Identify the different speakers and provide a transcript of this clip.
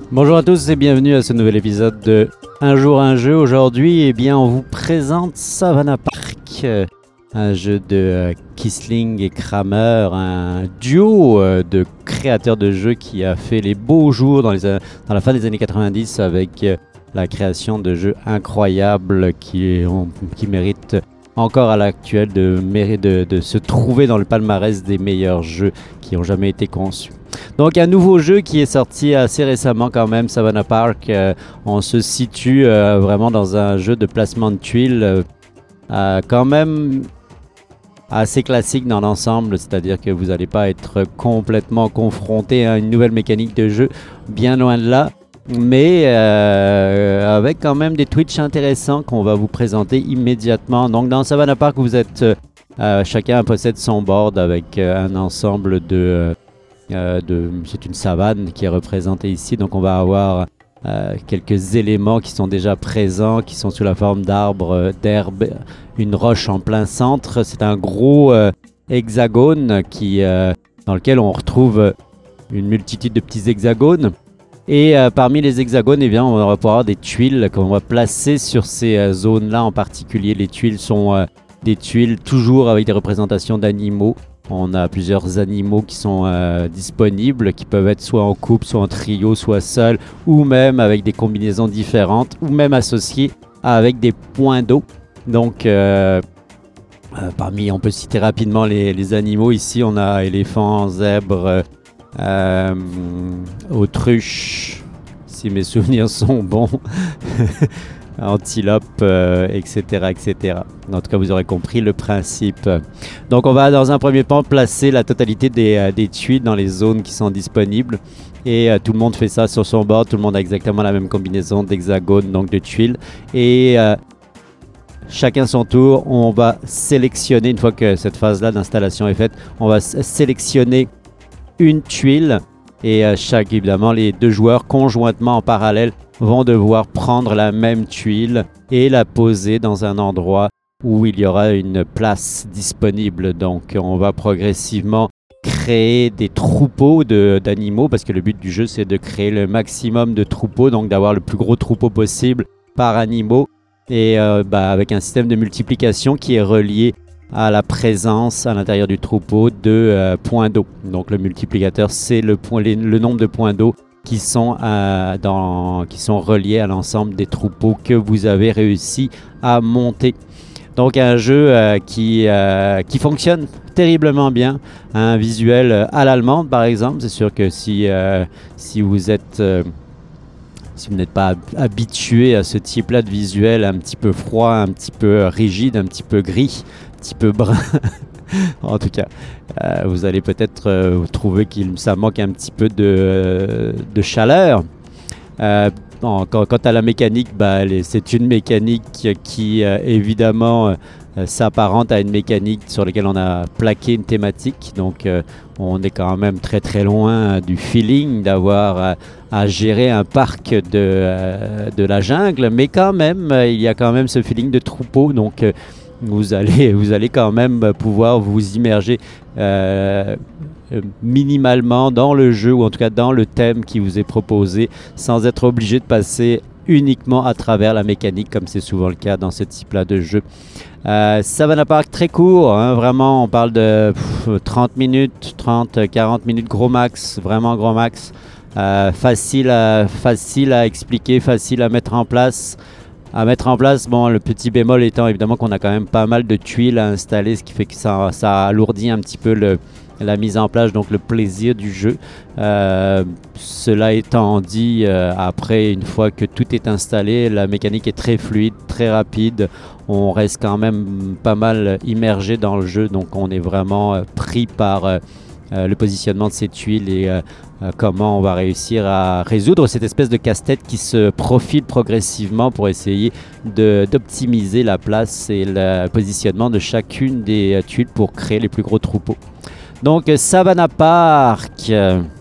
Speaker 1: Bonjour à tous et bienvenue à ce nouvel épisode de Un jour un jeu. Aujourd'hui, on vous présente Savannah Park, un jeu de Kiesling et Kramer, un duo de créateurs de jeux qui a fait les beaux jours dans la fin des années 90 avec la création de jeux incroyables qui méritent encore à l'actuel de se trouver dans le palmarès des meilleurs jeux qui ont jamais été conçus. Donc un nouveau jeu qui est sorti assez récemment quand même, Savannah Park. On se situe vraiment dans un jeu de placement de tuiles quand même assez classique dans l'ensemble, c'est-à-dire que vous n'allez pas être complètement confronté à une nouvelle mécanique de jeu, bien loin de là. Mais avec quand même des twitches intéressants qu'on va vous présenter immédiatement. Donc dans Savannah Park, vous êtes chacun possède son board avec un ensemble c'est une savane qui est représentée ici. Donc on va avoir quelques éléments qui sont déjà présents, qui sont sous la forme d'arbres, d'herbes, une roche en plein centre. C'est un gros hexagone dans lequel on retrouve une multitude de petits hexagones. Et parmi les hexagones, on va pouvoir avoir des tuiles qu'on va placer sur ces zones-là en particulier. Les tuiles sont des tuiles toujours avec des représentations d'animaux. On a plusieurs animaux qui sont disponibles, qui peuvent être soit en couple, soit en trio, soit seuls, ou même avec des combinaisons différentes, ou même associés avec des points d'eau. Donc, on peut citer rapidement les animaux. Ici, on a éléphants, zèbres, autruche, si mes souvenirs sont bons, antilope, etc., etc. En tout cas, vous aurez compris le principe. Donc, on va dans un premier temps placer la totalité des tuiles dans les zones qui sont disponibles. Et tout le monde fait ça sur son board. Tout le monde a exactement la même combinaison d'hexagones, donc de tuiles. Et chacun son tour, on va sélectionner, une fois que cette phase-là d'installation est faite, on va sélectionner une tuile et évidemment les deux joueurs conjointement en parallèle vont devoir prendre la même tuile et la poser dans un endroit où il y aura une place disponible. Donc on va progressivement créer des troupeaux d'animaux, parce que le but du jeu c'est de créer le maximum de troupeaux, donc d'avoir le plus gros troupeau possible par animaux, et avec un système de multiplication qui est relié à la présence à l'intérieur du troupeau de points d'eau. Donc le multiplicateur, c'est le nombre de points d'eau qui sont reliés à l'ensemble des troupeaux que vous avez réussi à monter. Donc un jeu qui fonctionne terriblement bien, un visuel à l'allemande par exemple. C'est sûr que si vous n'êtes pas habitué à ce type-là de visuel un petit peu froid, un petit peu rigide, un petit peu gris, un petit peu brun, en tout cas, vous allez peut-être trouver que ça manque un petit peu de chaleur. Quant à la mécanique, c'est une mécanique qui évidemment s'apparente à une mécanique sur laquelle on a plaqué une thématique. Donc on est quand même très très loin du feeling d'avoir à gérer un parc de la jungle, mais quand même il y a quand même ce feeling de troupeau. Donc vous allez quand même pouvoir vous immerger minimalement dans le jeu, ou en tout cas dans le thème qui vous est proposé, sans être obligé de passer uniquement à travers la mécanique, comme c'est souvent le cas dans ce type-là de jeu. Savannah Park, très court, hein, vraiment, on parle de 30 minutes, 40 minutes gros max, vraiment gros max. Facile à expliquer, facile à mettre en place. Le petit bémol étant évidemment qu'on a quand même pas mal de tuiles à installer, ce qui fait que ça alourdit un petit peu la mise en place, donc le plaisir du jeu. Cela étant dit, après, une fois que tout est installé, la mécanique est très fluide, très rapide. On reste quand même pas mal immergé dans le jeu, donc on est vraiment pris par le positionnement de ces tuiles et comment on va réussir à résoudre cette espèce de casse-tête qui se profile progressivement pour essayer d'optimiser la place et le positionnement de chacune des tuiles pour créer les plus gros troupeaux. Donc Savannah Park.